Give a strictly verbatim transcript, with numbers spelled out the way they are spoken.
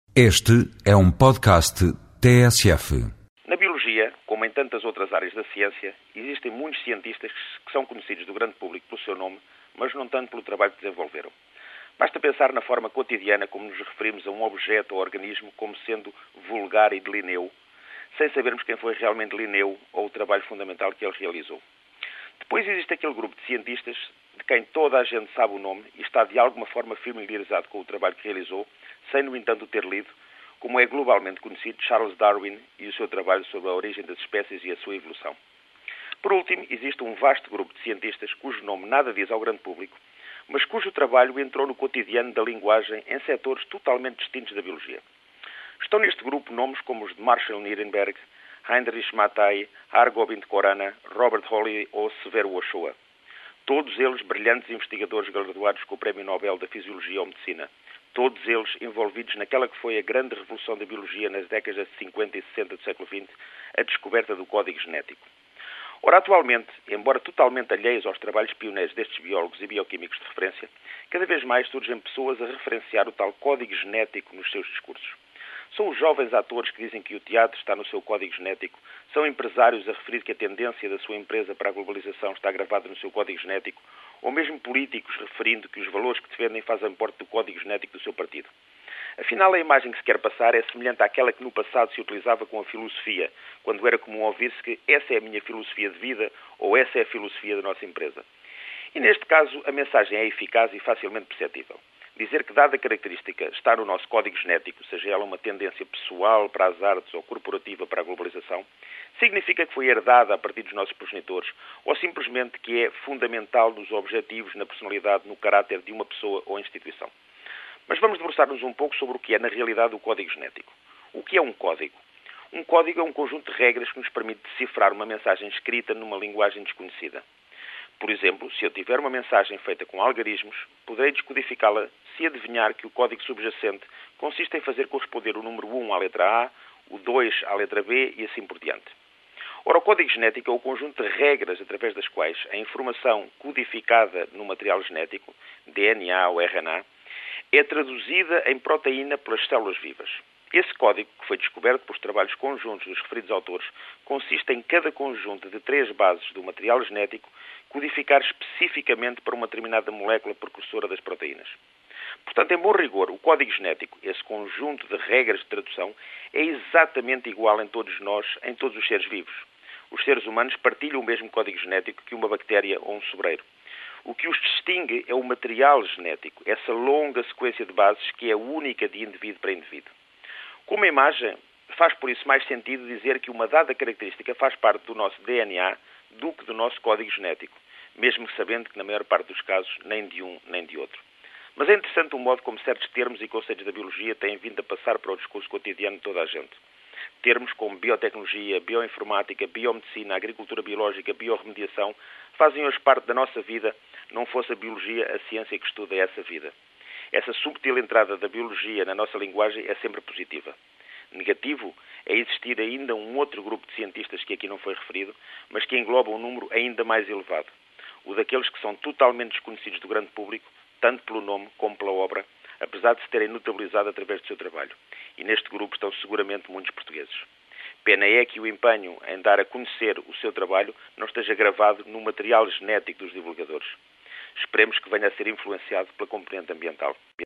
Este é um podcast T S F. Na biologia, como em tantas outras áreas da ciência, existem muitos cientistas que são conhecidos do grande público pelo seu nome, mas não tanto pelo trabalho que desenvolveram. Basta pensar na forma cotidiana como nos referimos a um objeto ou organismo como sendo vulgar e de Linneu, sem sabermos quem foi realmente Linneu ou o trabalho fundamental que ele realizou. Depois existe aquele grupo de cientistas de quem toda a gente sabe o nome e está de alguma forma familiarizado com o trabalho que realizou, sem, no entanto, o ter lido, como é globalmente conhecido Charles Darwin e o seu trabalho sobre a origem das espécies e a sua evolução. Por último, existe um vasto grupo de cientistas cujo nome nada diz ao grande público, mas cujo trabalho entrou no cotidiano da linguagem em setores totalmente distintos da biologia. Estão neste grupo nomes como os de Marshall Nirenberg, Heinrich Mattei, Hargobind Khorana, Robert Hawley ou Severo Ochoa. Todos eles brilhantes investigadores galardoados com o Prémio Nobel da Fisiologia ou Medicina. Todos eles envolvidos naquela que foi a grande revolução da biologia nas décadas de cinquenta e sessenta do século vinte, a descoberta do código genético. Ora, atualmente, embora totalmente alheios aos trabalhos pioneiros destes biólogos e bioquímicos de referência, cada vez mais surgem pessoas a referenciar o tal código genético nos seus discursos. São os jovens atores que dizem que o teatro está no seu código genético, são empresários a referir que a tendência da sua empresa para a globalização está gravada no seu código genético, ou mesmo políticos referindo que os valores que defendem fazem parte do código genético do seu partido. Afinal, a imagem que se quer passar é semelhante àquela que no passado se utilizava com a filosofia, quando era comum ouvir-se que essa é a minha filosofia de vida ou essa é a filosofia da nossa empresa. E neste caso, a mensagem é eficaz e facilmente perceptível. Dizer que dada característica está no nosso código genético, seja ela uma tendência pessoal para as artes ou corporativa para a globalização, significa que foi herdada a partir dos nossos progenitores ou simplesmente que é fundamental nos objetivos, na personalidade, no caráter de uma pessoa ou instituição. Mas vamos debruçar-nos um pouco sobre o que é, na realidade, o código genético. O que é um código? Um código é um conjunto de regras que nos permite decifrar uma mensagem escrita numa linguagem desconhecida. Por exemplo, se eu tiver uma mensagem feita com algarismos, poderei descodificá-la se adivinhar que o código subjacente consiste em fazer corresponder o número um à letra A, o dois à letra B e assim por diante. Ora, o código genético é o conjunto de regras através das quais a informação codificada no material genético, D N A ou R N A, é traduzida em proteína pelas células vivas. Esse código, que foi descoberto pelos trabalhos conjuntos dos referidos autores, consiste em cada conjunto de três bases do material genético codificar especificamente para uma determinada molécula precursora das proteínas. Portanto, em bom rigor, o código genético, esse conjunto de regras de tradução, é exatamente igual em todos nós, em todos os seres vivos. Os seres humanos partilham o mesmo código genético que uma bactéria ou um sobreiro. O que os distingue é o material genético, essa longa sequência de bases que é única de indivíduo para indivíduo. Como imagem, faz por isso mais sentido dizer que uma dada característica faz parte do nosso D N A do que do nosso código genético, mesmo sabendo que na maior parte dos casos nem de um nem de outro. Mas é interessante o modo como certos termos e conceitos da biologia têm vindo a passar para o discurso cotidiano de toda a gente. Termos como biotecnologia, bioinformática, biomedicina, agricultura biológica, biorremediação fazem hoje parte da nossa vida, não fosse a biologia a ciência que estuda essa vida. Essa subtil entrada da biologia na nossa linguagem é sempre positiva. Negativo é existir ainda um outro grupo de cientistas que aqui não foi referido, mas que engloba um número ainda mais elevado. O daqueles que são totalmente desconhecidos do grande público, tanto pelo nome como pela obra, apesar de se terem notabilizado através do seu trabalho. E neste grupo estão seguramente muitos portugueses. Pena é que o empenho em dar a conhecer o seu trabalho não esteja gravado no material genético dos divulgadores. Esperemos que venha a ser influenciado pela componente ambiental.